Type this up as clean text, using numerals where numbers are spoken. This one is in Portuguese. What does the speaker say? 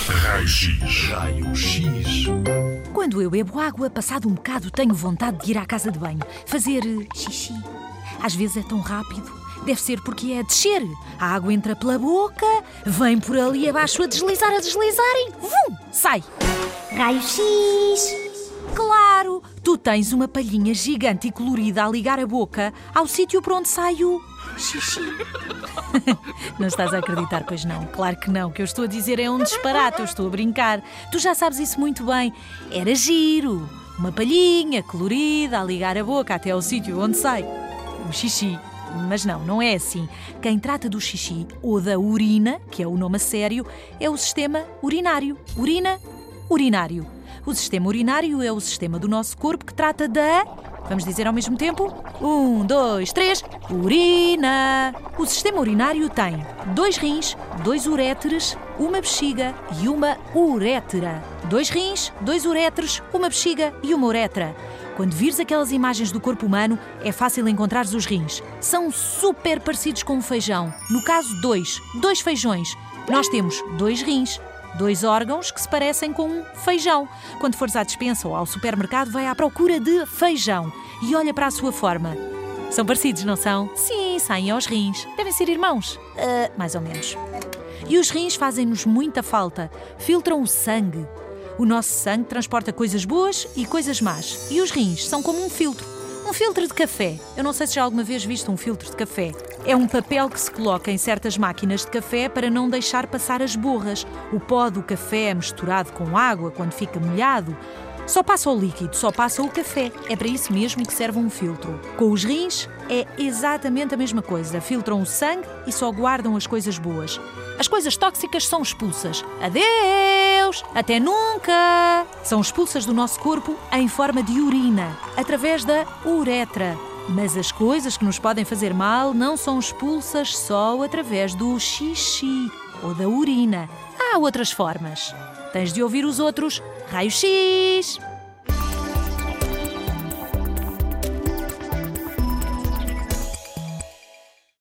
Raio-X. Raio-X. Quando eu bebo água, passado um bocado, tenho vontade de ir à casa de banho, fazer xixi. Às vezes é tão rápido. Deve ser porque é a descer. A água entra pela boca, vem por ali abaixo a deslizar e vum, sai. Raio-X. Claro, tu tens uma palhinha gigante e colorida a ligar a boca ao sítio por onde sai o xixi. Não estás a acreditar, pois não? Claro que não, o que eu estou a dizer é um disparate, eu estou a brincar. Tu já sabes isso muito bem. Era giro, uma palhinha colorida a ligar a boca até ao sítio onde sai o xixi. Mas não é assim. Quem trata do xixi ou da urina, que é o nome a sério, é o sistema urinário. Urinário. O sistema urinário é o sistema do nosso corpo que trata da... Vamos dizer ao mesmo tempo? 1, 2, 3... Urina! O sistema urinário tem 2 rins, 2 uréteres, uma bexiga e uma urétera. 2 rins, 2 uréteres, uma bexiga e uma urétera. Quando vires aquelas imagens do corpo humano, é fácil encontrares os rins. São super parecidos com um feijão. No caso, 2 feijões. Nós temos 2 rins, 2 órgãos que se parecem com um feijão. Quando fores à despensa ou ao supermercado, vai à procura de feijão e olha para a sua forma. São parecidos, não são? Sim, saem aos rins. Devem ser irmãos. Mais ou menos. E os rins fazem-nos muita falta. Filtram o sangue. O nosso sangue transporta coisas boas e coisas más. E os rins são como um filtro. Um filtro de café. Eu não sei se já alguma vez viste um filtro de café. É um papel que se coloca em certas máquinas de café para não deixar passar as borras. O pó do café misturado com água, quando fica molhado, só passa o líquido, só passa o café. É para isso mesmo que serve um filtro. Com os rins é exatamente a mesma coisa. Filtram o sangue e só guardam as coisas boas. As coisas tóxicas são expulsas. Adeus! Até nunca! São expulsas do nosso corpo em forma de urina, através da uretra. Mas as coisas que nos podem fazer mal não são expulsas só através do xixi ou da urina. Há outras formas. Tens de ouvir os outros Raio-X!